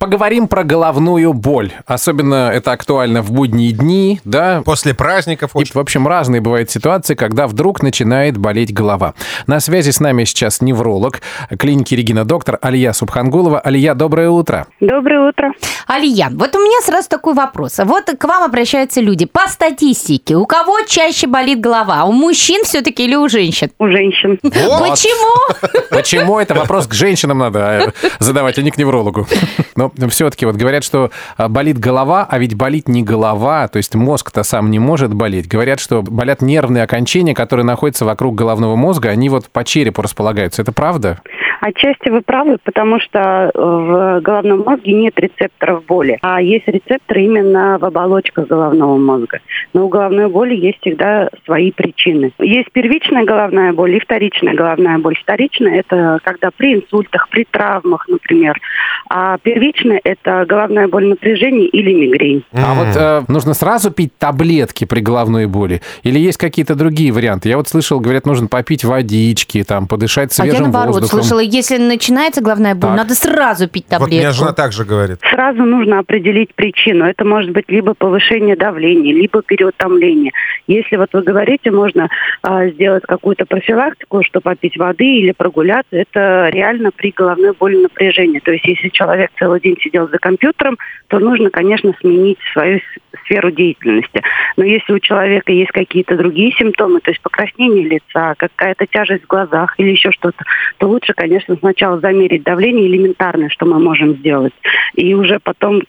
Поговорим про головную боль. Особенно это актуально в будние дни, да? После праздников. И, в общем, разные бывают ситуации, когда вдруг начинает болеть голова. На связи с нами сейчас невролог клиники Регина Доктор Алия Субхангулова. Алия, доброе утро. Доброе утро. Алия, вот у меня сразу такой вопрос. Вот к вам обращаются люди. По статистике, у кого чаще болит голова? У мужчин все-таки или у женщин? У женщин. Вот. Почему? Почему? Это вопрос к женщинам надо задавать, а не к неврологу. Но все-таки вот говорят, что болит голова, а ведь болит не голова, то есть мозг-то сам не может болеть. Говорят, что болят нервные окончания, которые находятся вокруг головного мозга, они вот по черепу располагаются. Это правда? Отчасти вы правы, потому что в головном мозге нет рецепторов боли, а есть рецепторы именно в оболочках головного мозга. Но у головной боли есть всегда свои причины. Есть первичная головная боль и вторичная головная боль. Вторичная – это когда при инсультах, при травмах, например. А первичная – это головная боль напряжения или мигрень. А вот нужно сразу пить таблетки при головной боли? Или есть какие-то другие варианты? Я вот слышал, говорят, нужно попить водички, там, подышать свежим воздухом. А я наоборот слышала, если начинается головная боль, надо сразу пить таблетку. Вот меня жена также говорит. Сразу нужно определить причину. Это может быть либо повышение давления, либо переутомление. Если вот вы говорите, можно сделать какую-то профилактику, что попить воды или прогуляться, это реально при головной боли напряжения. То есть если человек целый день сидел за компьютером, то нужно, конечно, сменить свою сферу деятельности. Но если у человека есть какие-то другие симптомы, то есть покраснение лица, какая-то тяжесть в глазах или еще что-то, то лучше, конечно, сначала замерить давление элементарное, что мы можем сделать, и уже потом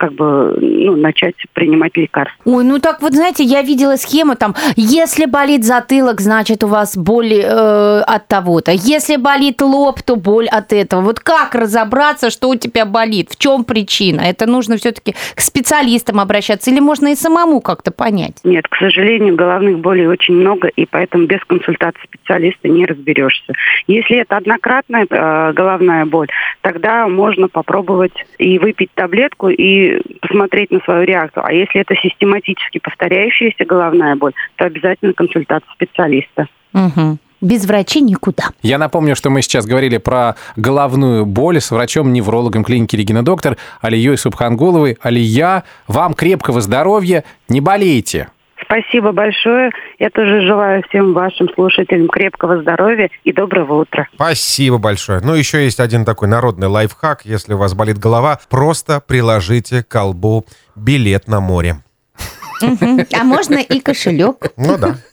начать принимать лекарства. Ой, ну так вот, знаете, я видела схему там, если болит затылок, значит у вас боль от того-то, если болит лоб, то боль от этого. Вот как разобраться, что у тебя болит, в чем причина? Это нужно все-таки к специалистам обращаться или можно и самому как-то понять? Нет, к сожалению, головных болей очень много, и поэтому без консультации специалиста не разберешься. Если это однократная головная боль, тогда можно попробовать и выпить таблетку, и посмотреть на свою реакцию. А если это систематически повторяющаяся головная боль, то обязательно консультация специалиста. Угу. Без врачей никуда. Я напомню, что мы сейчас говорили про головную боль с врачом-неврологом клиники Регина Доктор Алией Субхангуловой. Алия, вам крепкого здоровья, не болейте. Спасибо большое. Я тоже желаю всем вашим слушателям крепкого здоровья и доброго утра. Спасибо большое. Ну, еще есть один такой народный лайфхак. Если у вас болит голова, просто приложите к колбу билет на море. А можно и кошелек. Ну да.